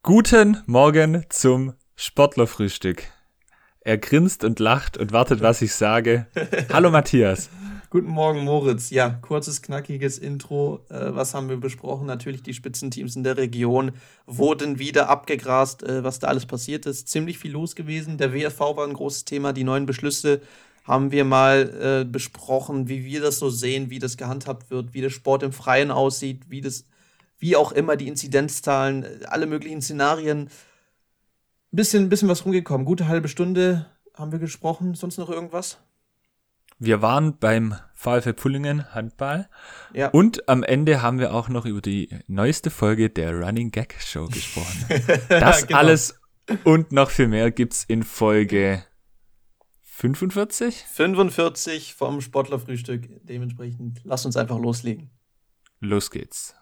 Guten Morgen zum Sportlerfrühstück. Er grinst und lacht und wartet, was ich sage. Hallo Matthias. Guten Morgen Moritz. Ja, kurzes, knackiges Intro. Was haben wir besprochen? Natürlich die Spitzenteams in der Region wurden wieder abgegrast, was da alles passiert ist. Ziemlich viel los gewesen. Der WFV war ein großes Thema. Die neuen Beschlüsse haben wir mal besprochen, wie wir das so sehen, wie das gehandhabt wird, wie der Sport im Freien aussieht, wie auch immer die Inzidenzzahlen, alle möglichen Szenarien. Bisschen was rumgekommen. Gute halbe Stunde haben wir gesprochen. Sonst noch irgendwas? Wir waren beim VfL Pullingen Handball Ja. und am Ende haben wir auch noch über die neueste Folge der Running Gag Show gesprochen. Das Genau. alles und noch viel mehr gibt's in Folge 45. 45 vom Sportlerfrühstück. Dementsprechend, lasst uns einfach loslegen. Los geht's.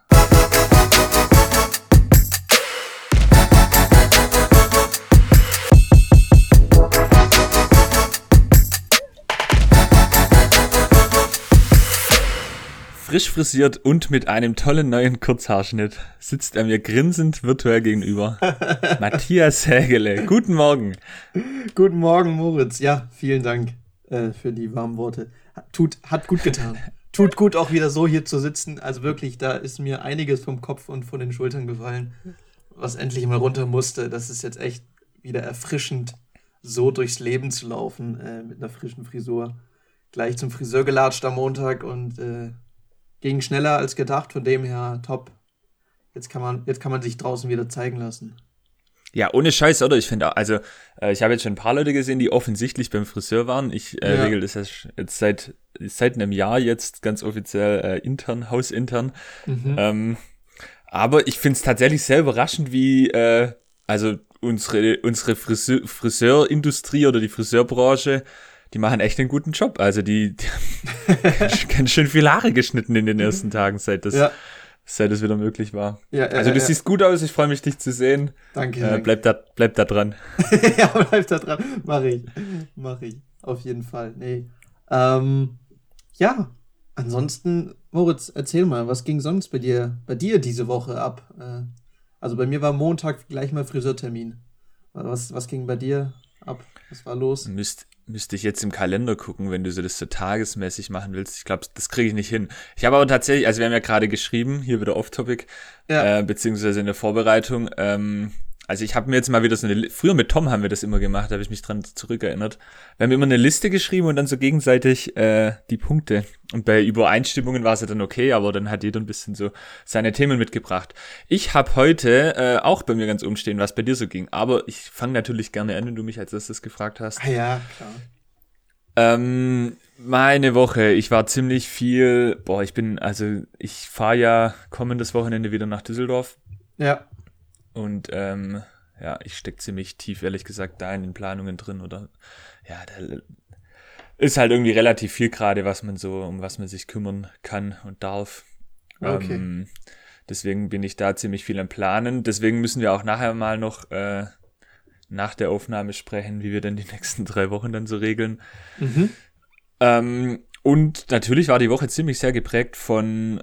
Frisch frisiert und mit einem tollen neuen Kurzhaarschnitt sitzt er mir grinsend virtuell gegenüber. Matthias Hägele, guten Morgen. Guten Morgen, Moritz. Ja, vielen Dank für die warmen Worte. Hat gut getan. Tut gut, auch wieder so hier zu sitzen. Also wirklich, da ist mir einiges vom Kopf und von den Schultern gefallen, was endlich mal runter musste. Das ist jetzt echt wieder erfrischend, so durchs Leben zu laufen mit einer frischen Frisur. Gleich zum Friseur gelatscht am Montag und ging schneller als gedacht. Von dem her top. Jetzt kann man sich draußen wieder zeigen lassen. Ja, ohne Scheiß, oder? Ich finde, also ich habe jetzt schon ein paar Leute gesehen, die offensichtlich beim Friseur waren. Ich regel das jetzt seit einem Jahr jetzt ganz offiziell intern, hausintern. Aber ich finde es tatsächlich sehr überraschend, wie also unsere Friseurindustrie oder die Friseurbranche, die machen echt einen guten Job. Also die haben ganz schön viel Haare geschnitten in den ersten Tagen, seit das wieder möglich war. Du siehst gut aus, ich freue mich, dich zu sehen. Danke. Bleib da dran. Ja, bleib da dran. Mach ich. Auf jeden Fall. Nee. Ja, ansonsten, Moritz, erzähl mal, was ging sonst bei dir diese Woche ab? Also bei mir war Montag gleich mal Friseurtermin. Was ging bei dir ab? Was war los? Müsste ich jetzt im Kalender gucken, wenn du das so tagesmäßig machen willst. Ich glaube, das kriege ich nicht hin. Ich habe aber tatsächlich, also wir haben ja gerade geschrieben, hier wieder off-topic, beziehungsweise in der Vorbereitung. Also ich habe mir jetzt mal wieder früher mit Tom haben wir das immer gemacht, da habe ich mich dran zurückerinnert. Wir haben immer eine Liste geschrieben und dann so gegenseitig die Punkte. Und bei Übereinstimmungen war es ja dann okay, aber dann hat jeder ein bisschen so seine Themen mitgebracht. Ich habe heute auch bei mir ganz oben stehen, was bei dir so ging. Aber ich fange natürlich gerne an, wenn du mich als erstes gefragt hast. Ah ja, klar. Meine Woche, ich war ziemlich viel, ich fahre ja kommendes Wochenende wieder nach Düsseldorf. Ja. Und ich stecke ziemlich tief, ehrlich gesagt, da in den Planungen drin. Oder da ist halt irgendwie relativ viel gerade, um was man sich kümmern kann und darf. Okay. Deswegen bin ich da ziemlich viel am Planen. Deswegen müssen wir auch nachher mal noch nach der Aufnahme sprechen, wie wir denn die nächsten 3 Wochen dann so regeln. Und natürlich war die Woche ziemlich sehr geprägt von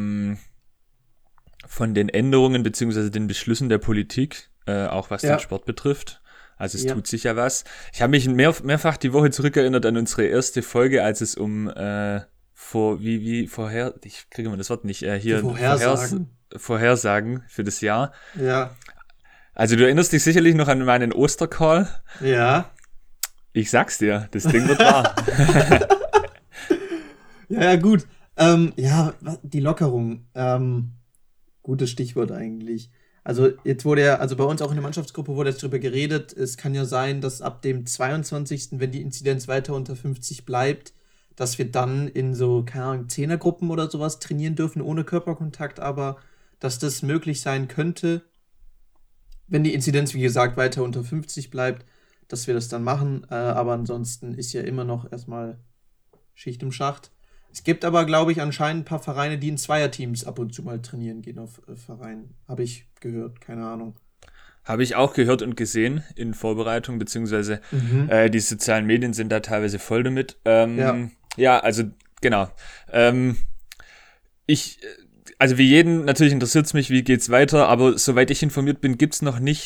den Änderungen bzw. den Beschlüssen der Politik, auch was den Sport betrifft. Also es tut sich ja was. Ich habe mich mehrfach die Woche zurückerinnert an unsere erste Folge, als es um ich kriege immer das Wort nicht, hier Vorhersagen für das Jahr. Ja. Also du erinnerst dich sicherlich noch an meinen Ostercall. Ja. Ich sag's dir, das Ding wird wahr. Ja, gut. Die Lockerung. Gutes Stichwort eigentlich. Also jetzt wurde bei uns auch in der Mannschaftsgruppe wurde jetzt drüber geredet, es kann ja sein, dass ab dem 22., wenn die Inzidenz weiter unter 50 bleibt, dass wir dann in so, keine Ahnung, 10er-Gruppen oder sowas trainieren dürfen, ohne Körperkontakt, aber dass das möglich sein könnte, wenn die Inzidenz, wie gesagt, weiter unter 50 bleibt, dass wir das dann machen, aber ansonsten ist ja immer noch erstmal Schicht im Schacht. Es gibt aber, glaube ich, anscheinend ein paar Vereine, die in Zweierteams ab und zu mal trainieren gehen auf Vereinen. Habe ich gehört, keine Ahnung. Habe ich auch gehört und gesehen in Vorbereitung, beziehungsweise die sozialen Medien sind da teilweise voll damit. Also genau. also wie jeden, natürlich interessiert es mich, wie geht's weiter, aber soweit ich informiert bin, es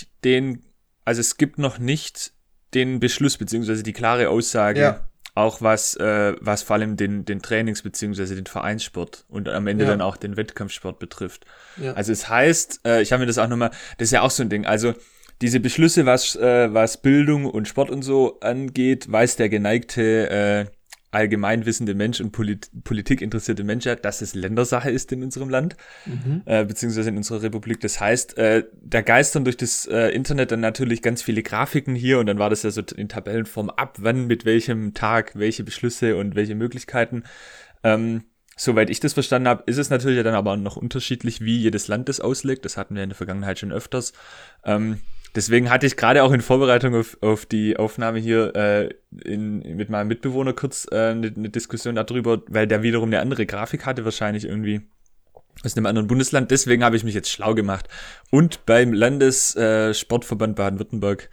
gibt noch nicht den Beschluss, beziehungsweise die klare Aussage, auch was vor allem den Trainings- beziehungsweise den Vereinssport und am Ende dann auch den Wettkampfsport betrifft. Ja. Also es heißt, ich habe mir das auch nochmal, das ist ja auch so ein Ding, also diese Beschlüsse, was Bildung und Sport und so angeht, weiß der geneigte allgemeinwissende Mensch und Politik interessierte Mensch, dass es Ländersache ist in unserem Land, beziehungsweise in unserer Republik. Das heißt, da geistern durch das Internet dann natürlich ganz viele Grafiken hier und dann war das ja so in Tabellenform ab, wann, mit welchem Tag, welche Beschlüsse und welche Möglichkeiten. Soweit ich das verstanden habe, ist es natürlich dann aber noch unterschiedlich, wie jedes Land das auslegt. Das hatten wir in der Vergangenheit schon öfters. Deswegen hatte ich gerade auch in Vorbereitung auf die Aufnahme hier mit meinem Mitbewohner kurz eine Diskussion darüber, weil der wiederum eine andere Grafik hatte, wahrscheinlich irgendwie aus einem anderen Bundesland. Deswegen habe ich mich jetzt schlau gemacht und beim Landessportverband Baden-Württemberg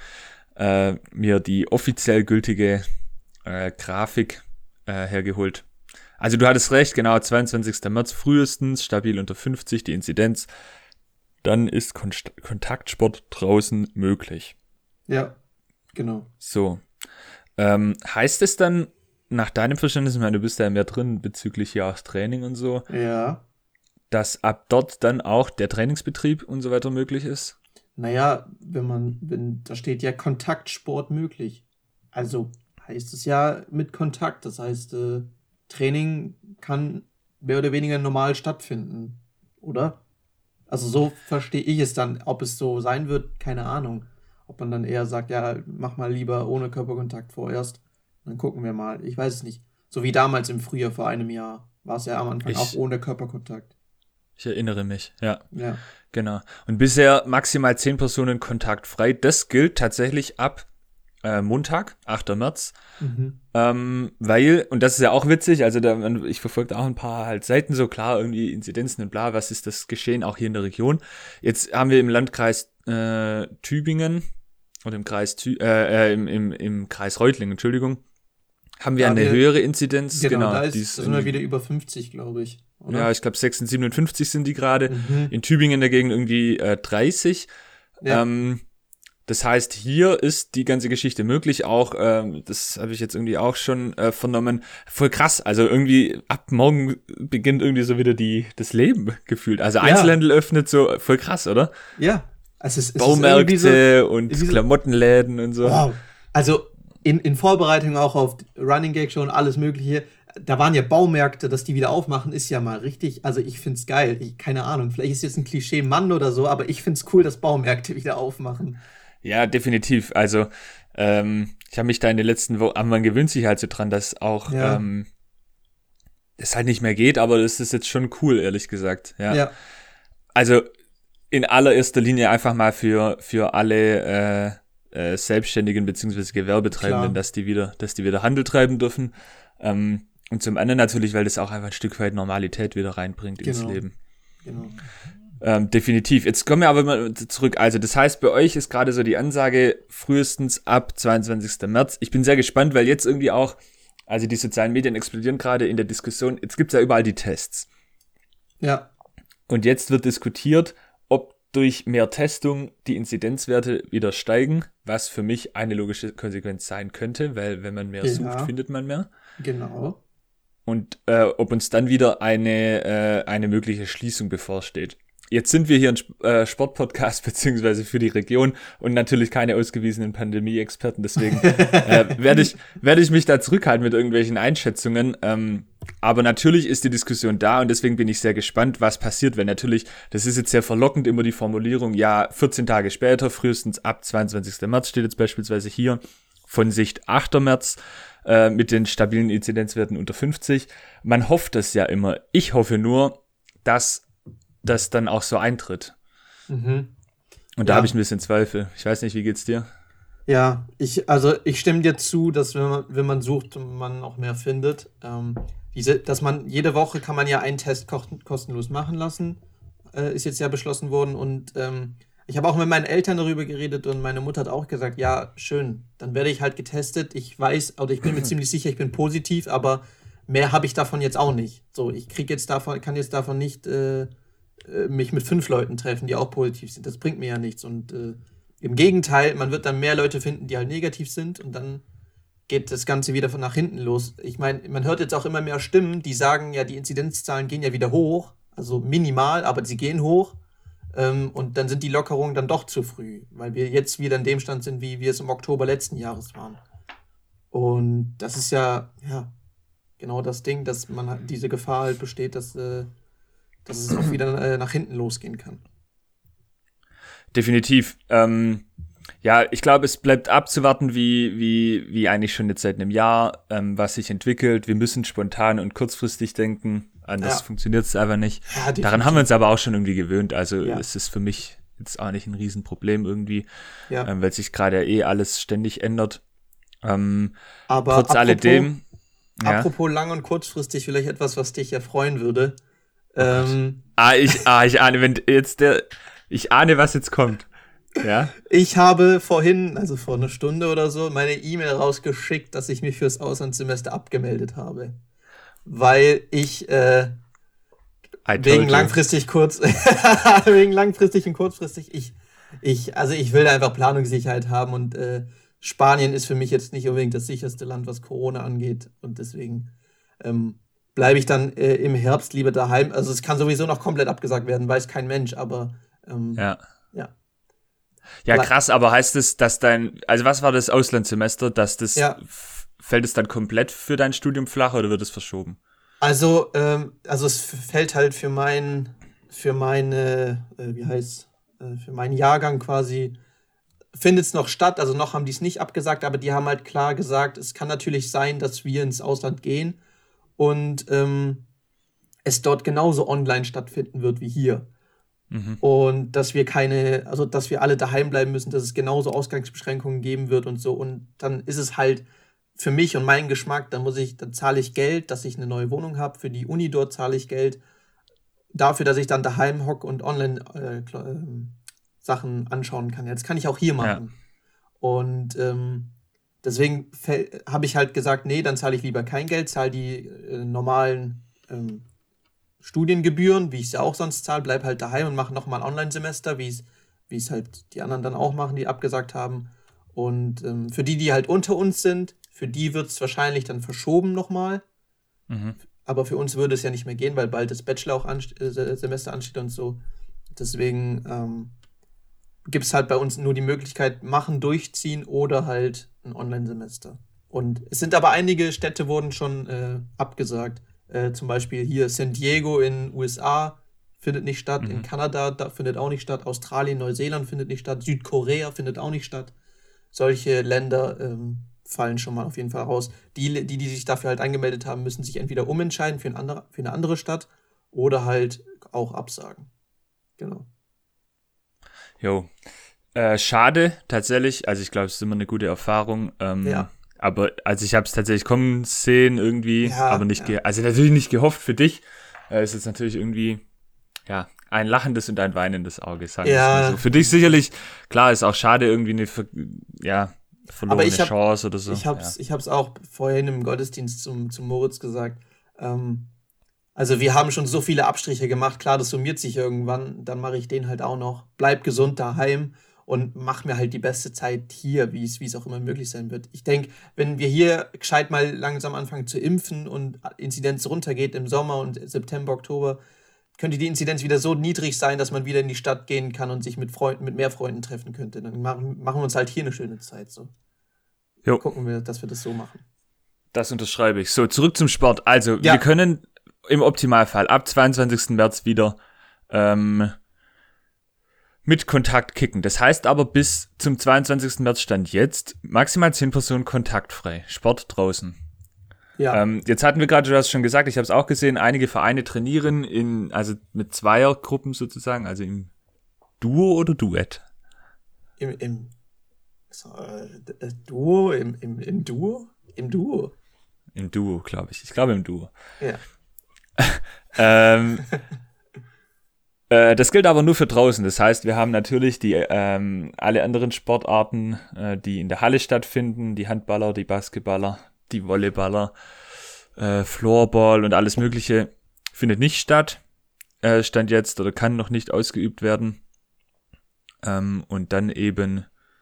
mir die offiziell gültige Grafik hergeholt. Also du hattest recht, genau, 22. März frühestens, stabil unter 50 die Inzidenz. Dann ist Kontaktsport draußen möglich. Ja, genau. So. Heißt es dann, nach deinem Verständnis, ich meine, du bist ja mehr drin bezüglich ja auch Training und so, dass ab dort dann auch der Trainingsbetrieb und so weiter möglich ist? Naja, da steht ja Kontaktsport möglich. Also heißt es ja mit Kontakt. Das heißt, Training kann mehr oder weniger normal stattfinden, oder? Also so verstehe ich es dann. Ob es so sein wird, keine Ahnung. Ob man dann eher sagt, ja, mach mal lieber ohne Körperkontakt vorerst. Dann gucken wir mal. Ich weiß es nicht. So wie damals im Frühjahr vor einem Jahr war es ja am Anfang auch ohne Körperkontakt. Ich erinnere mich, ja. Genau. Und bisher maximal 10 Personen kontaktfrei. Das gilt tatsächlich ab Montag, 8. März. Weil, und das ist ja auch witzig, also ich verfolge auch ein paar halt Seiten, so klar, irgendwie Inzidenzen und bla, was ist das Geschehen, auch hier in der Region. Jetzt haben wir im Landkreis Tübingen oder im Kreis im Kreis Reutlingen, Entschuldigung, haben wir eine höhere Inzidenz. Genau, da sind wir wieder über 50, glaube ich. Oder? Ja, ich glaube 57 sind die gerade. In Tübingen dagegen irgendwie 30. Ja. Das heißt, hier ist die ganze Geschichte möglich, auch, das habe ich jetzt irgendwie auch schon vernommen, voll krass, also irgendwie ab morgen beginnt irgendwie so wieder das Leben gefühlt, also Einzelhandel öffnet so, voll krass, oder? Ja. Also es Baumärkte so, und Klamottenläden und so. Wow. Also in Vorbereitung auch auf Running Gag Show und alles mögliche, da waren ja Baumärkte, dass die wieder aufmachen, ist ja mal richtig, also ich find's geil, keine Ahnung, vielleicht ist jetzt ein Klischee Mann oder so, aber ich find's cool, dass Baumärkte wieder aufmachen. Ja, definitiv. Also ich habe mich da in den letzten Wochen, aber man gewöhnt sich halt so dran, dass auch das halt nicht mehr geht, aber das ist jetzt schon cool, ehrlich gesagt. Ja. Also in allererster Linie einfach mal für alle Selbstständigen bzw. Gewerbetreibenden, dass die wieder Handel treiben dürfen. Und zum anderen natürlich, weil das auch einfach ein Stück weit Normalität wieder reinbringt ins Leben. Genau. Definitiv. Jetzt kommen wir aber mal zurück. Also das heißt, bei euch ist gerade so die Ansage frühestens ab 22. März. Ich bin sehr gespannt, weil jetzt irgendwie auch, also die sozialen Medien explodieren gerade in der Diskussion. Jetzt gibt's ja überall die Tests. Ja. Und jetzt wird diskutiert, ob durch mehr Testung die Inzidenzwerte wieder steigen, was für mich eine logische Konsequenz sein könnte, weil wenn man mehr sucht, findet man mehr. Genau. Und ob uns dann wieder eine mögliche Schließung bevorsteht. Jetzt sind wir hier ein Sportpodcast beziehungsweise für die Region und natürlich keine ausgewiesenen Pandemie-Experten, deswegen werde ich mich da zurückhalten mit irgendwelchen Einschätzungen. Aber natürlich ist die Diskussion da und deswegen bin ich sehr gespannt, was passiert, wenn natürlich, das ist jetzt sehr verlockend immer die Formulierung, ja, 14 Tage später, frühestens ab 22. März steht jetzt beispielsweise hier, von Sicht 8. März mit den stabilen Inzidenzwerten unter 50. Man hofft das ja immer. Ich hoffe nur, dass das dann auch so eintritt. Und da habe ich ein bisschen Zweifel. Ich weiß nicht, wie geht's dir? Ja, ich stimme dir zu, dass wenn man sucht, man auch mehr findet. Dass man jede Woche kann man ja einen Test kostenlos machen lassen, ist jetzt ja beschlossen worden. Und ich habe auch mit meinen Eltern darüber geredet und meine Jetzt hat auch gesagt, ja, schön, dann werde ich halt getestet. Ich weiß, oder ich bin mir ziemlich sicher, ich bin positiv, aber mehr habe ich davon jetzt auch nicht. So, kann jetzt davon nicht mich mit 5 Leuten treffen, die auch positiv sind. Das bringt mir ja nichts. Und im Gegenteil, man wird dann mehr Leute finden, die halt negativ sind und dann geht das Ganze wieder von nach hinten los. Ich meine, man hört jetzt auch immer mehr Stimmen, die sagen, ja, die Inzidenzzahlen gehen ja wieder hoch, also minimal, aber sie gehen hoch. Und dann sind die Lockerungen dann doch zu früh, weil wir jetzt wieder in dem Stand sind, wie wir es im Oktober letzten Jahres waren. Und das ist ja genau das Ding, dass man diese Gefahr halt besteht, dass es auch wieder nach hinten losgehen kann. Definitiv. Ja, ich glaube, es bleibt abzuwarten, wie eigentlich schon jetzt seit einem Jahr, was sich entwickelt. Wir müssen spontan und kurzfristig denken. Anders funktioniert es einfach nicht. Ja, daran haben wir uns aber auch schon irgendwie gewöhnt. Also es ist für mich jetzt auch nicht ein Riesenproblem irgendwie, weil sich gerade alles ständig ändert. Aber trotz alledem. Apropos lang und kurzfristig, vielleicht etwas, was dich ja freuen würde. Ich ahne, ich ahne, was jetzt kommt. Ja? Ich habe vorhin, also vor einer Stunde oder so, meine E-Mail rausgeschickt, dass ich mich fürs Auslandssemester abgemeldet habe. Weil ich wegen langfristig und kurzfristig, ich will einfach Planungssicherheit haben und Spanien ist für mich jetzt nicht unbedingt das sicherste Land, was Corona angeht. Und deswegen bleibe ich dann im Herbst lieber daheim. Also es kann sowieso noch komplett abgesagt werden, weiß kein Mensch, aber Ja, krass, aber heißt es, dass also was war das Auslandssemester, dass das, fällt es dann komplett für dein Studium flach oder wird es verschoben? Also es fällt halt für meinen Jahrgang quasi, findet es noch statt, also noch haben die es nicht abgesagt, aber die haben halt klar gesagt, es kann natürlich sein, dass wir ins Ausland gehen und es dort genauso online stattfinden wird wie hier. Und dass wir dass wir alle daheim bleiben müssen, dass es genauso Ausgangsbeschränkungen geben wird und so. Und dann ist es halt für mich und meinen Geschmack, dann zahle ich Geld, dass ich eine neue Wohnung habe. Für die Uni dort zahle ich Geld. Dafür, dass ich dann daheim hocke und online Sachen anschauen kann. Jetzt kann ich auch hier machen. Ja. Und deswegen habe ich halt gesagt, nee, dann zahle ich lieber kein Geld, zahle die normalen Studiengebühren, wie ich es ja auch sonst zahle, bleib halt daheim und mache nochmal ein Online-Semester, wie es halt die anderen dann auch machen, die abgesagt haben. Und für die halt unter uns sind, für die wird es wahrscheinlich dann verschoben nochmal. Aber für uns würde es ja nicht mehr gehen, weil bald das Bachelor-Semester ansteht und so. Deswegen gibt es halt bei uns nur die Möglichkeit, machen, durchziehen oder halt ein Online-Semester. Und es sind aber einige Städte wurden schon abgesagt. Zum Beispiel hier San Diego in USA findet nicht statt, in Kanada findet auch nicht statt, Australien, Neuseeland findet nicht statt, Südkorea findet auch nicht statt. Solche Länder fallen schon mal auf jeden Fall raus. Die sich dafür halt angemeldet haben, müssen sich entweder umentscheiden für eine andere Stadt oder halt auch absagen. Genau. Jo. Schade, tatsächlich. Also ich glaube, es ist immer eine gute Erfahrung. Aber also ich habe es tatsächlich kommen sehen irgendwie, aber nicht also natürlich nicht gehofft für dich. Es ist natürlich irgendwie ein lachendes und ein weinendes Auge, sagen wir mal so. Für dich sicherlich, klar, ist auch schade, irgendwie eine verlorene Chance oder so. Ich hab's auch vorhin im Gottesdienst zum Moritz gesagt. Also wir haben schon so viele Abstriche gemacht, klar, das summiert sich irgendwann, dann mache ich den halt auch noch. Bleib gesund daheim. Und mach mir halt die beste Zeit hier, wie es auch immer möglich sein wird. Ich denke, wenn wir hier gescheit mal langsam anfangen zu impfen und Inzidenz runtergeht im Sommer und September, Oktober, könnte die Inzidenz wieder so niedrig sein, dass man wieder in die Stadt gehen kann und sich mit mehr Freunden treffen könnte. Dann machen wir uns halt hier eine schöne Zeit. So. Jo. Gucken wir, dass wir das so machen. Das unterschreibe ich. So, zurück zum Sport. Also, wir können im Optimalfall ab 22. März wieder mit Kontakt kicken. Das heißt aber bis zum 22. März stand jetzt maximal 10 Personen kontaktfrei. Sport draußen. Ja. Jetzt hatten wir gerade, du hast schon gesagt, ich habe es auch gesehen, einige Vereine trainieren also mit Zweiergruppen sozusagen, also im Duo oder Duett? Im Duo? Im Duo? Im Duo. Im Duo, glaube ich. Ich glaube im Duo. Ja. Das gilt aber nur für draußen. Das heißt, wir haben natürlich alle anderen Sportarten, die in der Halle stattfinden, die Handballer, die Basketballer, die Volleyballer, Floorball und alles Mögliche findet nicht statt. Stand jetzt oder kann noch nicht ausgeübt werden. Und dann eben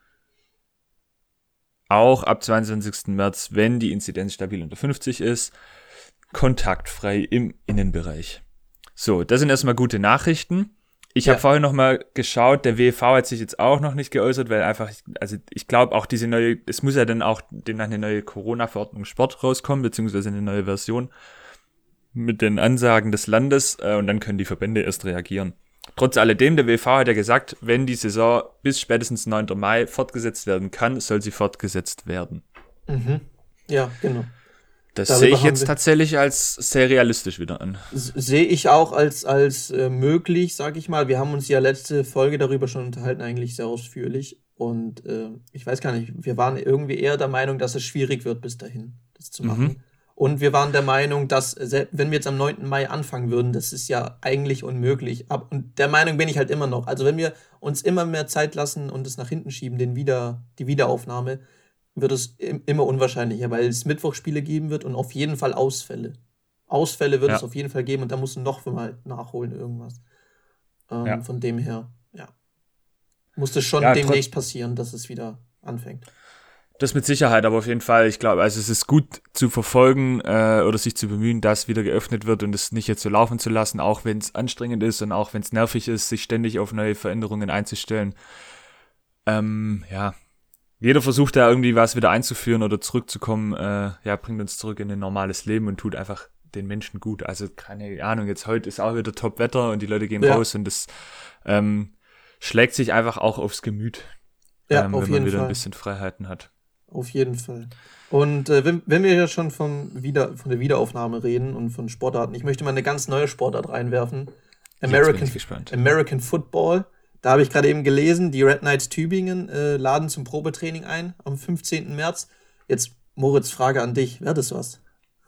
auch ab 22. März, wenn die Inzidenz stabil unter 50 ist, kontaktfrei im Innenbereich. So, das sind erstmal gute Nachrichten. Ich habe vorhin nochmal geschaut, der WEV hat sich jetzt auch noch nicht geäußert, weil einfach, also ich glaube auch diese neue, es muss ja dann auch demnach eine neue Corona-Verordnung Sport rauskommen, beziehungsweise eine neue Version mit den Ansagen des Landes und dann können die Verbände erst reagieren. Trotz alledem, der WEV hat ja gesagt, wenn die Saison bis spätestens 9. Mai fortgesetzt werden kann, soll sie fortgesetzt werden. Mhm. Ja, genau. Das sehe ich jetzt tatsächlich als sehr realistisch wieder an. Sehe ich auch als möglich, sag ich mal. Wir haben uns ja letzte Folge darüber schon unterhalten, eigentlich sehr ausführlich. Und ich weiß gar nicht, wir waren irgendwie eher der Meinung, dass es schwierig wird, bis dahin das zu machen. Mhm. Und wir waren der Meinung, dass, wenn wir jetzt am 9. Mai anfangen würden, das ist ja eigentlich unmöglich. Und der Meinung bin ich halt immer noch. Also wenn wir uns immer mehr Zeit lassen und es nach hinten schieben, die Wiederaufnahme, wird es immer unwahrscheinlicher, weil es Mittwochspiele geben wird und auf jeden Fall Ausfälle. Ausfälle wird es auf jeden Fall geben und da musst du noch mal nachholen irgendwas. Von dem her, muss das schon demnächst passieren, dass es wieder anfängt. Das mit Sicherheit, aber auf jeden Fall, ich glaube, also es ist gut zu verfolgen oder sich zu bemühen, dass wieder geöffnet wird und es nicht jetzt so laufen zu lassen, auch wenn es anstrengend ist und auch wenn es nervig ist, sich ständig auf neue Veränderungen einzustellen. Jeder versucht da irgendwie was wieder einzuführen oder zurückzukommen, bringt uns zurück in ein normales Leben und tut einfach den Menschen gut. Also keine Ahnung, jetzt heute ist auch wieder Top-Wetter und die Leute gehen raus und das schlägt sich einfach auch aufs Gemüt, wenn man wieder ein bisschen Freiheiten hat. Auf jeden Fall. Und wenn wir ja schon von der Wiederaufnahme reden und von Sportarten, ich möchte mal eine ganz neue Sportart reinwerfen. American Football. Da habe ich gerade eben gelesen, die Red Knights Tübingen laden zum Probetraining ein am 15. März. Jetzt, Moritz, Frage an dich. Wäre das was?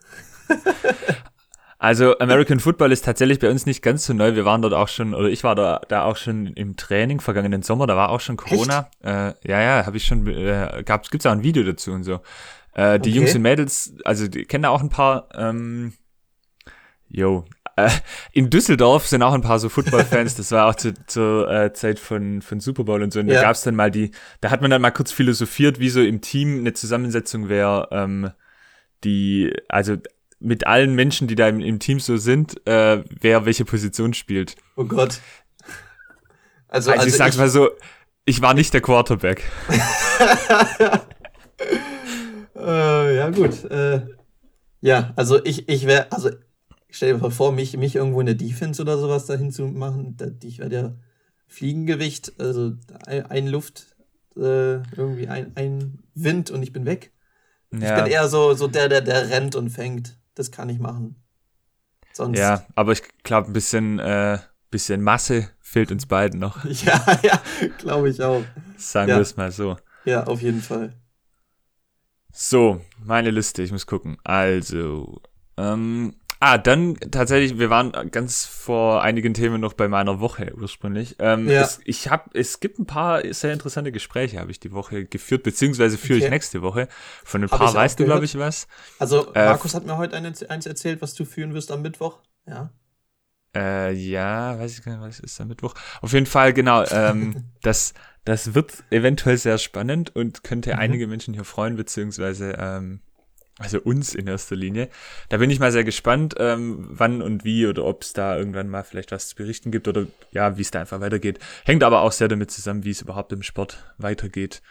Also American Football ist tatsächlich bei uns nicht ganz so neu. Wir waren dort auch schon, oder ich war da auch schon im Training vergangenen Sommer. Da war auch schon Corona. Habe ich schon, gibt's auch ein Video dazu und so. Die Jungs und Mädels, also die kennen da auch ein paar, in Düsseldorf sind auch ein paar so Football-Fans, das war auch zur Zeit von Super Bowl und so, und da gab's dann mal da hat man dann mal kurz philosophiert, wie so im Team eine Zusammensetzung wäre, also mit allen Menschen, die da im Team so sind, wer welche Position spielt. Oh Gott. Also ich sag's mal so, ich war nicht der Quarterback. Ja, gut. Also ich wäre, stell dir mal vor, mich irgendwo in der Defense oder sowas dahin zu machen. Ich wäre der Fliegengewicht, also ein Luft, irgendwie ein Wind und ich bin weg. Ja. Ich bin eher so der rennt und fängt. Das kann ich machen. Sonst. Ja, aber ich glaube, ein bisschen Masse fehlt uns beiden noch. Ja, glaube ich auch. Sagen wir es mal so. Ja, auf jeden Fall. So, meine Liste, ich muss gucken. Also, dann tatsächlich, wir waren ganz vor einigen Themen noch bei meiner Woche ursprünglich. Es gibt ein paar sehr interessante Gespräche, habe ich die Woche geführt, beziehungsweise führe ich nächste Woche. Von ein paar weißt du, glaube ich, was. Also Markus hat mir heute eins erzählt, was du führen wirst am Mittwoch. Ja. Weiß ich gar nicht, was ist am Mittwoch. Auf jeden Fall, genau, das wird eventuell sehr spannend und könnte einige Menschen hier freuen, beziehungsweise also uns in erster Linie. Da bin ich mal sehr gespannt, wann und wie oder ob es da irgendwann mal vielleicht was zu berichten gibt oder wie es da einfach weitergeht. Hängt aber auch sehr damit zusammen, wie es überhaupt im Sport weitergeht.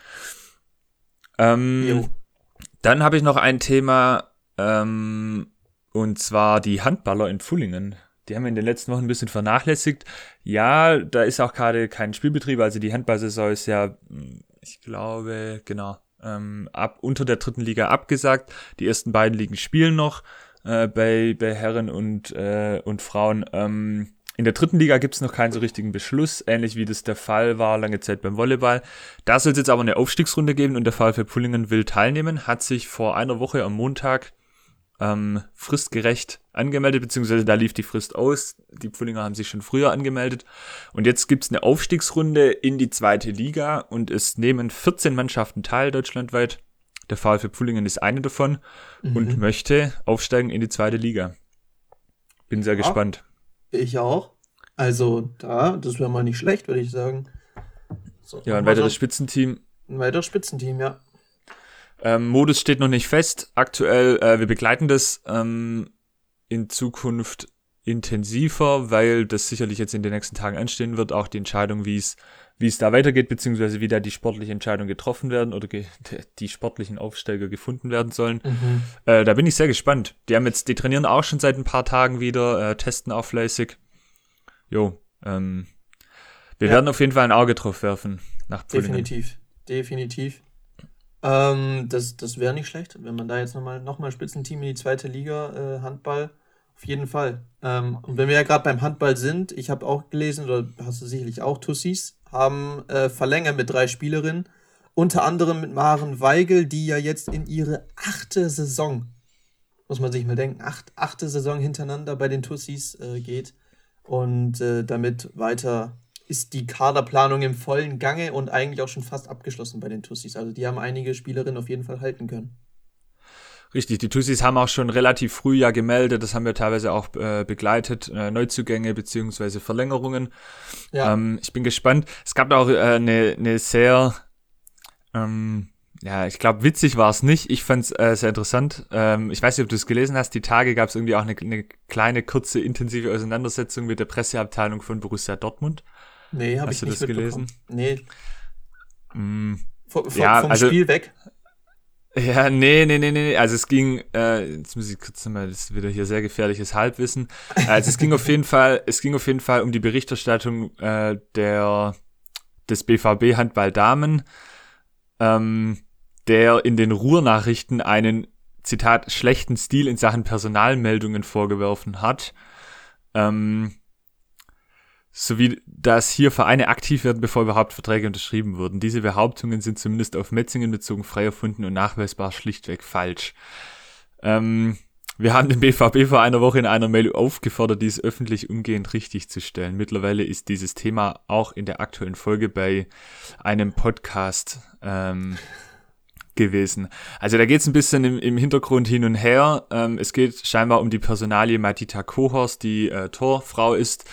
Dann habe ich noch ein Thema, und zwar die Handballer in Pfullingen. Die haben wir in den letzten Wochen ein bisschen vernachlässigt. Ja, da ist auch gerade kein Spielbetrieb, also die Handballsaison ist ja, ich glaube, genau, unter der 3. Liga abgesagt. Die ersten beiden Ligen spielen noch bei Herren und Frauen. In der 3. Liga gibt es noch keinen so richtigen Beschluss, ähnlich wie das der Fall war lange Zeit beim Volleyball. Da soll es jetzt aber eine Aufstiegsrunde geben und der VfL Pfullingen will teilnehmen, hat sich vor einer Woche am Montag fristgerecht angemeldet, beziehungsweise da lief die Frist aus. Die Pfullinger haben sich schon früher angemeldet. Und jetzt gibt's eine Aufstiegsrunde in die 2. Liga und es nehmen 14 Mannschaften teil deutschlandweit. Der VfL Pfullingen ist eine davon und möchte aufsteigen in die 2. Liga. Bin sehr gespannt. Ich auch. Also das wäre mal nicht schlecht, würde ich sagen. So, ja, ein weiteres Spitzenteam. Ein weiteres Spitzenteam, ja. Modus steht noch nicht fest. Aktuell, wir begleiten das in Zukunft intensiver, weil das sicherlich jetzt in den nächsten Tagen anstehen wird. Auch die Entscheidung, wie es da weitergeht, beziehungsweise wie da die sportliche Entscheidung getroffen werden oder die sportlichen Aufsteiger gefunden werden sollen. Da bin ich sehr gespannt. Die trainieren auch schon seit ein paar Tagen wieder, testen auch fleißig. Jo, wir werden auf jeden Fall ein Auge drauf werfen nach Pfullingen. Definitiv. Das wäre nicht schlecht, wenn man da jetzt nochmal Spitzenteam in die zweite Liga, Handball, auf jeden Fall. Und wenn wir ja gerade beim Handball sind, ich habe auch gelesen, oder hast du sicherlich auch, Tussis haben verlängert mit 3 Spielerinnen, unter anderem mit Maren Weigel, die ja jetzt in ihre 8. Saison, muss man sich mal denken, 8. Saison hintereinander bei den Tussis geht. Und damit weiter ist die Kaderplanung im vollen Gange und eigentlich auch schon fast abgeschlossen bei den Tussis. Also die haben einige Spielerinnen auf jeden Fall halten können. Richtig, die Tussis haben auch schon relativ früh ja gemeldet, das haben wir teilweise auch begleitet, Neuzugänge beziehungsweise Verlängerungen. Ja. Ich bin gespannt. Es gab auch eine sehr, ich glaube witzig war es nicht, ich fand es sehr interessant. Ich weiß nicht, ob du es gelesen hast, die Tage gab es irgendwie auch eine kleine, kurze, intensive Auseinandersetzung mit der Presseabteilung von Borussia Dortmund. Nee, habe ich nicht gelesen? Nee. Vom Spiel weg? Ja, nee. Also es ging, jetzt muss ich kurz nochmal, das ist wieder hier sehr gefährliches Halbwissen. Also es ging auf jeden Fall um die Berichterstattung des BVB Handball Damen, der in den Ruhrnachrichten einen, Zitat, schlechten Stil in Sachen Personalmeldungen vorgeworfen hat. Sowie, dass hier Vereine aktiv werden, bevor überhaupt Verträge unterschrieben wurden. Diese Behauptungen sind zumindest auf Metzingen bezogen frei erfunden und nachweisbar schlichtweg falsch. Wir haben den BVB vor einer Woche in einer Mail aufgefordert, dies öffentlich umgehend richtig zu stellen. Mittlerweile ist dieses Thema auch in der aktuellen Folge bei einem Podcast gewesen. Also da geht es ein bisschen im Hintergrund hin und her. Es geht scheinbar um die Personalie Madita Kohorst, die Torfrau ist.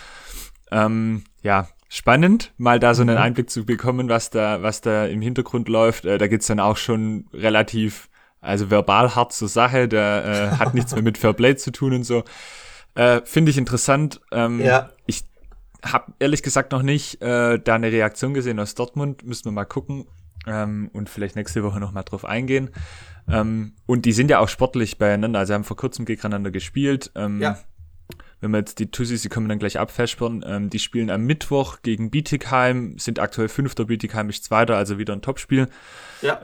Spannend, mal da so einen Einblick zu bekommen, was da im Hintergrund läuft. Da geht's dann auch schon relativ, also verbal hart zur Sache, da hat nichts mehr mit Fairplay zu tun und so. Finde ich interessant. Ich habe ehrlich gesagt noch nicht da eine Reaktion gesehen aus Dortmund, müssen wir mal gucken und vielleicht nächste Woche noch mal drauf eingehen. Und die sind ja auch sportlich beieinander, also haben vor kurzem gegeneinander gespielt. Wenn wir jetzt die Tussis, die können wir dann gleich abvespern, die spielen am Mittwoch gegen Bietigheim, sind aktuell 5. Bietigheim ist 2., also wieder ein Topspiel. Ja.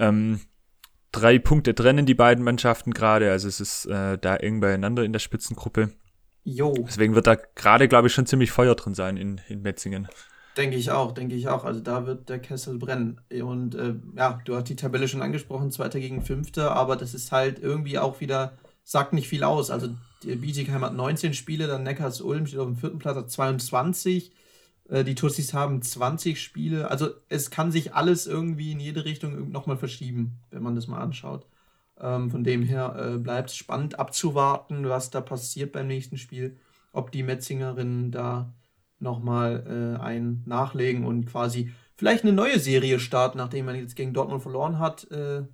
3 Punkte trennen die beiden Mannschaften gerade, also es ist da eng beieinander in der Spitzengruppe. Jo. Deswegen wird da gerade, glaube ich, schon ziemlich Feuer drin sein in Metzingen. Denke ich auch. Also da wird der Kessel brennen. Und du hast die Tabelle schon angesprochen, 2. gegen 5., aber das ist halt irgendwie auch wieder, sagt nicht viel aus. Also Bietigheim hat 19 Spiele, dann Neckars-Ulm steht auf dem 4. Platz, hat 22. Die Tussis haben 20 Spiele. Also es kann sich alles irgendwie in jede Richtung nochmal verschieben, wenn man das mal anschaut. Von dem her bleibt es spannend abzuwarten, was da passiert beim nächsten Spiel. Ob die Metzingerinnen da nochmal ein nachlegen und quasi vielleicht eine neue Serie starten, nachdem man jetzt gegen Dortmund verloren hat.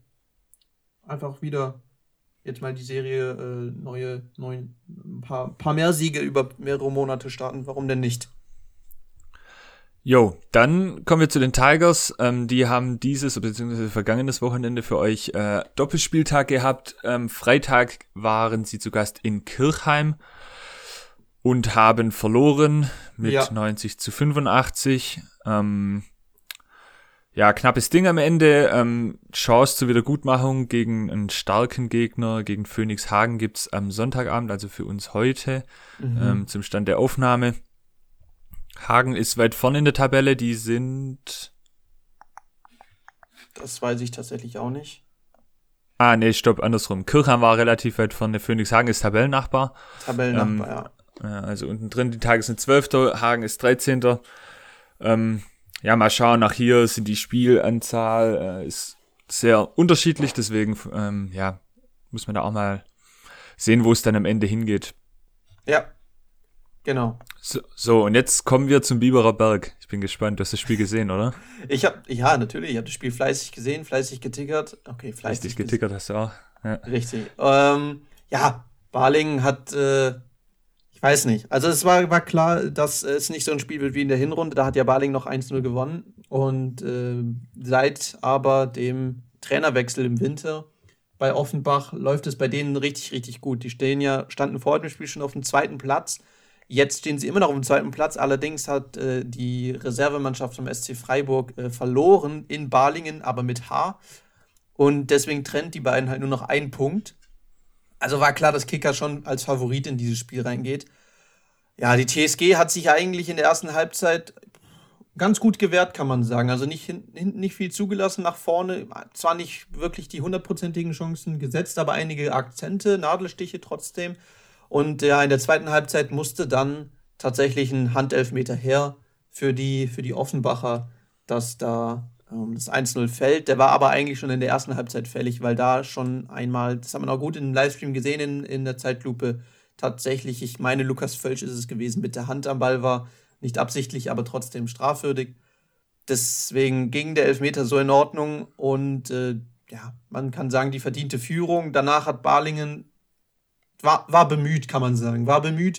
Einfach wieder jetzt mal die Serie ein paar mehr Siege über mehrere Monate starten. Warum denn nicht? Jo, dann kommen wir zu den Tigers. Die haben dieses bzw. vergangenes Wochenende für euch Doppelspieltag gehabt. Freitag waren sie zu Gast in Kirchheim und haben verloren mit 90-85. Knappes Ding am Ende. Chance zur Wiedergutmachung gegen einen starken Gegner, gegen Phoenix Hagen gibt's am Sonntagabend, also für uns heute, zum Stand der Aufnahme. Hagen ist weit vorne in der Tabelle, die sind... Das weiß ich tatsächlich auch nicht. Andersrum. Kirchheim war relativ weit vorne, Phoenix Hagen ist Tabellennachbar. Ja. Also unten drin, die Tigers sind 12., Hagen ist 13. Mal schauen, nach hier sind die Spielanzahl ist sehr unterschiedlich, deswegen muss man da auch mal sehen, wo es dann am Ende hingeht. Ja, Genau. So, und jetzt kommen wir zum Biberer Berg. Ich bin gespannt. Du hast das Spiel gesehen, oder? Natürlich. Ich habe das Spiel fleißig gesehen, fleißig getickert. Okay, fleißig. Richtig getickert hast du auch. Ja. Richtig. Balingen hat, ich weiß nicht. Also es war klar, dass es nicht so ein Spiel wird wie in der Hinrunde. Da hat ja Balingen noch 1-0 gewonnen. Und seit aber dem Trainerwechsel im Winter bei Offenbach läuft es bei denen richtig, richtig gut. Die standen vor dem Spiel schon auf dem 2. Platz. Jetzt stehen sie immer noch auf dem 2. Platz. Allerdings hat die Reservemannschaft vom SC Freiburg verloren in Balingen, aber mit H. Und deswegen trennt die beiden halt nur noch 1 Punkt. Also war klar, dass Kicker schon als Favorit in dieses Spiel reingeht. Ja, die TSG hat sich eigentlich in der ersten Halbzeit ganz gut gewehrt, kann man sagen. Also nicht hinten nicht viel zugelassen nach vorne. Zwar nicht wirklich die 100%igen Chancen gesetzt, aber einige Akzente, Nadelstiche trotzdem. Und ja, in der zweiten Halbzeit musste dann tatsächlich ein Handelfmeter her für die Offenbacher, dass da das 1-0 fällt. Der war aber eigentlich schon in der ersten Halbzeit fällig, weil da schon einmal, das hat man auch gut im Livestream gesehen in der Zeitlupe, tatsächlich, ich meine, Lukas Völsch ist es gewesen, mit der Hand am Ball war. Nicht absichtlich, aber trotzdem strafwürdig. Deswegen ging der Elfmeter so in Ordnung und man kann sagen, die verdiente Führung. Danach hat Balingen, war bemüht, kann man sagen,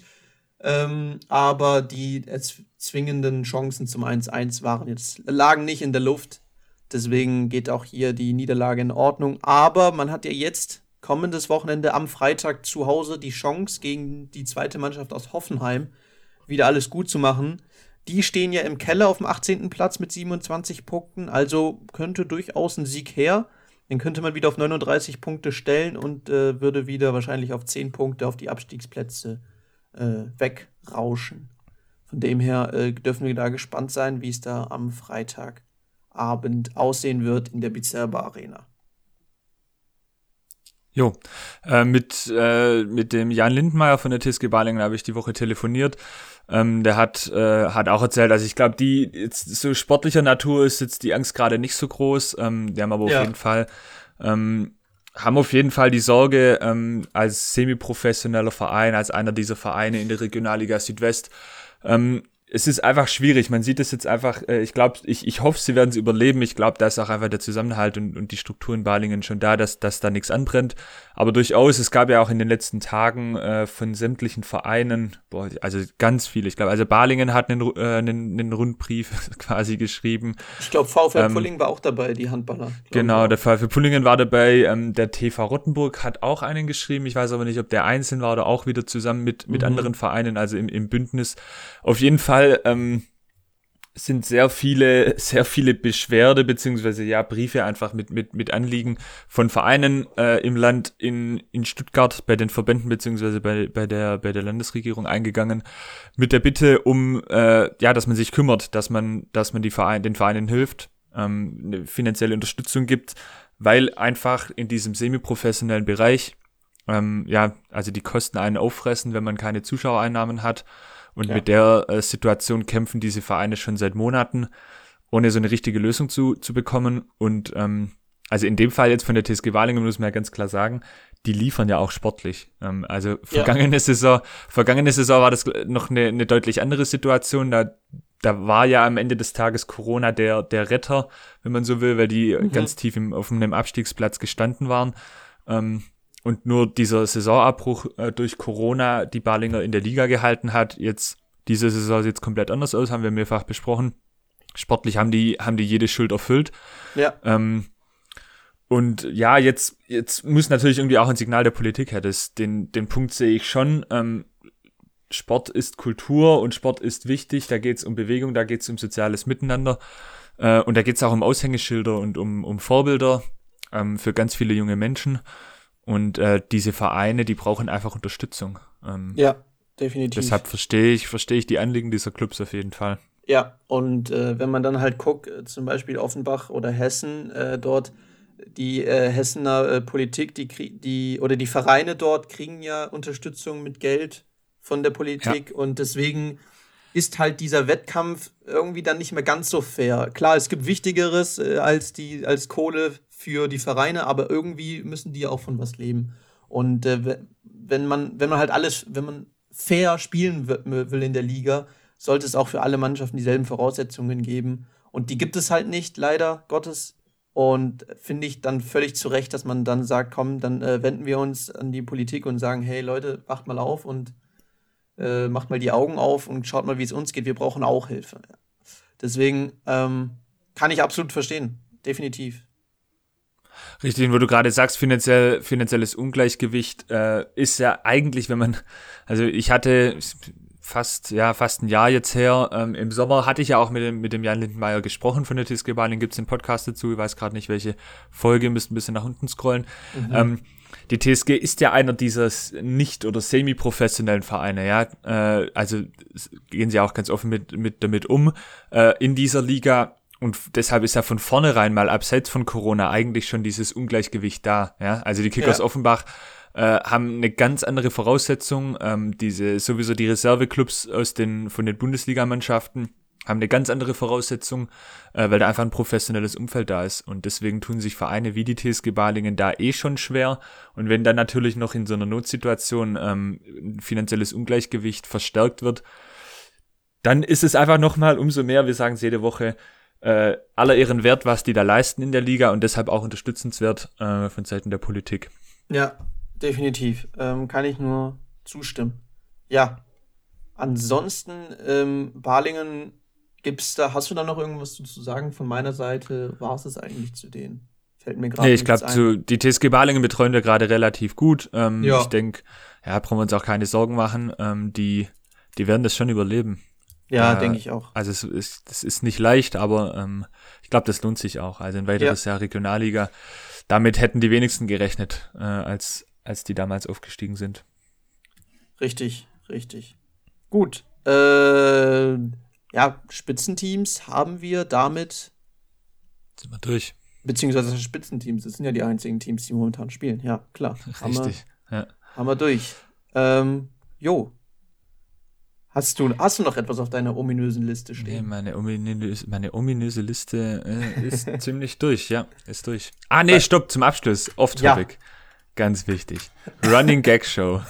aber die zwingenden Chancen zum 1-1 lagen nicht in der Luft. Deswegen geht auch hier die Niederlage in Ordnung. Aber man hat ja jetzt kommendes Wochenende am Freitag zu Hause die Chance gegen die zweite Mannschaft aus Hoffenheim wieder alles gut zu machen. Die stehen ja im Keller auf dem 18. Platz mit 27 Punkten, also könnte durchaus ein Sieg her. Den könnte man wieder auf 39 Punkte stellen und würde wieder wahrscheinlich auf 10 Punkte auf die Abstiegsplätze wegrauschen. Von dem her dürfen wir da gespannt sein, wie es da am Freitagabend aussehen wird in der Bizerba Arena. Jo, mit dem Jan Lindenmeier von der TSG Balingen habe ich die Woche telefoniert. Der hat auch erzählt, also ich glaube, die jetzt so sportlicher Natur ist jetzt die Angst gerade nicht so groß. Die haben aber auf jeden Fall die Sorge, als semi-professioneller Verein, als einer dieser Vereine in der Regionalliga Südwest, es ist einfach schwierig. Man sieht es jetzt einfach, ich hoffe, sie werden es überleben. Ich glaube, da ist auch einfach der Zusammenhalt und die Struktur in Balingen schon da, dass da nichts anbrennt. Aber durchaus, es gab ja auch in den letzten Tagen von sämtlichen Vereinen, also ganz viele. Ich glaube, also Balingen hat einen Rundbrief quasi geschrieben. Ich glaube, VfL Pullingen war auch dabei, die Handballer. Genau, der VfL Pullingen war dabei. Der TV Rottenburg hat auch einen geschrieben. Ich weiß aber nicht, ob der einzeln war oder auch wieder zusammen mit anderen Vereinen, also im Bündnis. Auf jeden Fall sind sehr viele Beschwerde beziehungsweise Briefe einfach mit Anliegen von Vereinen im Land in Stuttgart bei den Verbänden beziehungsweise bei der Landesregierung eingegangen mit der Bitte dass man sich kümmert, dass man den Vereinen hilft, eine finanzielle Unterstützung gibt, weil einfach in diesem semi-professionellen Bereich also die Kosten einen auffressen, wenn man keine Zuschauereinnahmen hat. Und mit der Situation kämpfen diese Vereine schon seit Monaten, ohne so eine richtige Lösung zu bekommen. Und also in dem Fall jetzt von der TSG Balingen muss man ja ganz klar sagen, die liefern ja auch sportlich. Vergangene Saison war das noch eine deutlich andere Situation. Da war ja am Ende des Tages Corona der Retter, wenn man so will, weil die ganz tief auf einem Abstiegsplatz gestanden waren. Und nur dieser Saisonabbruch durch Corona die Balinger in der Liga gehalten hat. Diese Saison sieht jetzt komplett anders aus, haben wir mehrfach besprochen. Sportlich haben die jede Schuld erfüllt. Ja. Und jetzt muss natürlich irgendwie auch ein Signal der Politik her. Den Punkt sehe ich schon. Sport ist Kultur und Sport ist wichtig. Da geht es um Bewegung, da geht es um soziales Miteinander. Und da geht es auch um Aushängeschilder und um Vorbilder für ganz viele junge Menschen. Und diese Vereine, die brauchen einfach Unterstützung. Definitiv. Deshalb verstehe ich die Anliegen dieser Clubs auf jeden Fall. Ja, und wenn man dann halt guckt, zum Beispiel Offenbach oder Hessen, dort die Hessener Politik, die Vereine dort kriegen ja Unterstützung mit Geld von der Politik und deswegen ist halt dieser Wettkampf irgendwie dann nicht mehr ganz so fair. Klar, es gibt Wichtigeres als Kohle für die Vereine, aber irgendwie müssen die ja auch von was leben. Und wenn man fair spielen will in der Liga, sollte es auch für alle Mannschaften dieselben Voraussetzungen geben. Und die gibt es halt nicht, leider Gottes. Und finde ich dann völlig zu Recht, dass man dann sagt, komm, dann wenden wir uns an die Politik und sagen, hey Leute, wacht mal auf und macht mal die Augen auf und schaut mal, wie es uns geht. Wir brauchen auch Hilfe. Deswegen kann ich absolut verstehen. Definitiv. Richtig, wo du gerade sagst, finanzielles Ungleichgewicht ist ja eigentlich, also ich hatte fast ein Jahr jetzt her, im Sommer hatte ich ja auch mit dem Jan Lindenmeier gesprochen von der TSG Balingen, gibt's den Podcast dazu, ich weiß gerade nicht, welche Folge, müsst ein bisschen nach unten scrollen. Die TSG ist ja einer dieser nicht- oder semi-professionellen Vereine, ja, also gehen sie auch ganz offen damit um, in dieser Liga. Und deshalb ist ja von vornherein mal abseits von Corona eigentlich schon dieses Ungleichgewicht da. Ja? Also die Kickers Offenbach haben eine ganz andere Voraussetzung. Sowieso die Reserveclubs von den Bundesligamannschaften haben eine ganz andere Voraussetzung, weil da einfach ein professionelles Umfeld da ist. Und deswegen tun sich Vereine wie die TSG Balingen da schon schwer. Und wenn dann natürlich noch in so einer Notsituation ein finanzielles Ungleichgewicht verstärkt wird, dann ist es einfach nochmal umso mehr, wir sagen es jede Woche, aller Ehren wert, was die da leisten in der Liga und deshalb auch unterstützenswert von Seiten der Politik. Ja, definitiv. Kann ich nur zustimmen. Ja, ansonsten Balingen, hast du da noch irgendwas zu sagen? Von meiner Seite war es eigentlich zu denen. Fällt mir gerade ich glaube, die TSG Balingen betreuen wir gerade relativ gut. Ich denke, brauchen wir uns auch keine Sorgen machen. Die werden das schon überleben. Ja, denke ich auch. Also es ist nicht leicht, aber ich glaube, das lohnt sich auch. Also ein weiteres Jahr Regionalliga. Damit hätten die wenigsten gerechnet, als die damals aufgestiegen sind. Richtig. Gut. Spitzenteams haben wir damit. Sind wir durch. Beziehungsweise Spitzenteams, das sind ja die einzigen Teams, die momentan spielen. Ja, klar. Richtig. Haben wir durch. Hast du noch etwas auf deiner ominösen Liste stehen? Nee, meine ominöse Liste ist ziemlich durch, ist durch. Stopp, zum Abschluss, Off-Topic. Ja. Ganz wichtig. Running Gag Show.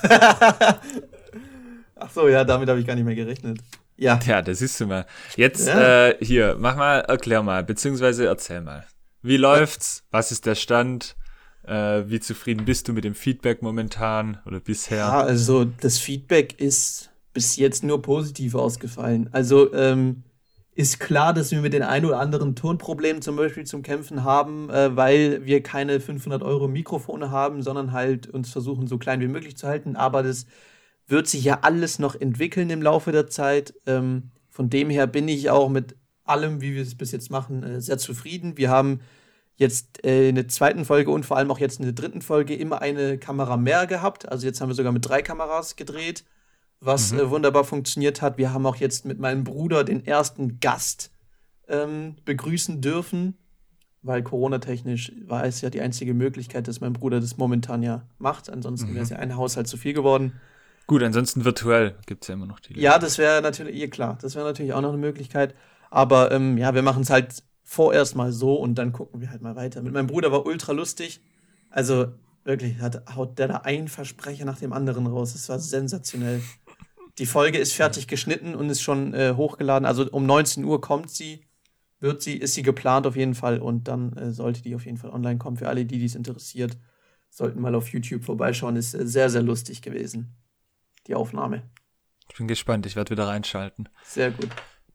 Ach so, ja, damit habe ich gar nicht mehr gerechnet. Ja. Ja, das siehst du mal. Jetzt, hier, erklär mal, beziehungsweise erzähl mal. Wie läuft's? Was ist der Stand? Wie zufrieden bist du mit dem Feedback momentan oder bisher? Ja, also das Feedback ist bis jetzt nur positiv ausgefallen. Also ist klar, dass wir mit den ein oder anderen Tonproblemen zum Beispiel zum Kämpfen haben, weil wir keine 500 € Mikrofone haben, sondern halt uns versuchen, so klein wie möglich zu halten. Aber das wird sich ja alles noch entwickeln im Laufe der Zeit. Von dem her bin ich auch mit allem, wie wir es bis jetzt machen, sehr zufrieden. Wir haben jetzt in der zweiten Folge und vor allem auch jetzt in der dritten Folge immer eine Kamera mehr gehabt. Also jetzt haben wir sogar mit 3 Kameras gedreht, was wunderbar funktioniert hat. Wir haben auch jetzt mit meinem Bruder den ersten Gast begrüßen dürfen, weil Corona-technisch war es ja die einzige Möglichkeit, dass mein Bruder das momentan ja macht. Ansonsten wäre es ja ein Haushalt zu viel geworden. Gut, ansonsten virtuell gibt es ja immer noch die. Ja, das wäre natürlich, klar, das wäre natürlich auch noch eine Möglichkeit. Aber wir machen es halt vorerst mal so und dann gucken wir halt mal weiter. Mit meinem Bruder war ultra lustig. Also wirklich, haut der da einen Versprecher nach dem anderen raus. Das war sensationell. Die Folge ist fertig geschnitten und ist schon hochgeladen. Also um 19 Uhr ist sie geplant auf jeden Fall. Und dann sollte die auf jeden Fall online kommen. Für alle, die es interessiert, sollten mal auf YouTube vorbeischauen. Ist sehr, sehr lustig gewesen, die Aufnahme. Ich bin gespannt, ich werde wieder reinschalten. Sehr gut.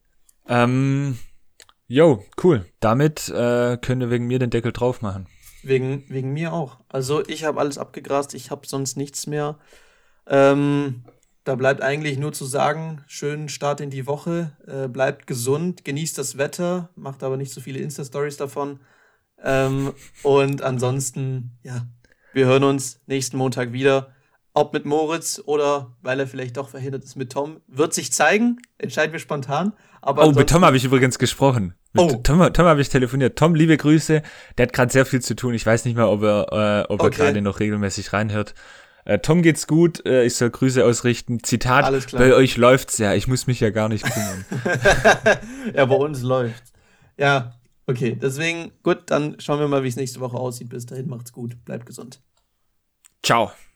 Cool. Damit können wir wegen mir den Deckel drauf machen. Wegen mir auch. Also ich habe alles abgegrast, ich habe sonst nichts mehr. Da bleibt eigentlich nur zu sagen, schönen Start in die Woche, bleibt gesund, genießt das Wetter, macht aber nicht so viele Insta-Stories davon. Und ansonsten, wir hören uns nächsten Montag wieder. Ob mit Moritz oder, weil er vielleicht doch verhindert ist, mit Tom, wird sich zeigen. Entscheiden wir spontan. Aber mit Tom habe ich übrigens gesprochen. Mit Tom habe ich telefoniert. Tom, liebe Grüße. Der hat gerade sehr viel zu tun. Ich weiß nicht mal, ob er gerade noch regelmäßig reinhört. Tom geht's gut. Ich soll Grüße ausrichten. Zitat, alles klar. Bei euch läuft's ja. Ich muss mich ja gar nicht kümmern. Ja, bei uns läuft's. Ja, okay. Deswegen, gut, dann schauen wir mal, wie es nächste Woche aussieht. Bis dahin, macht's gut. Bleibt gesund. Ciao.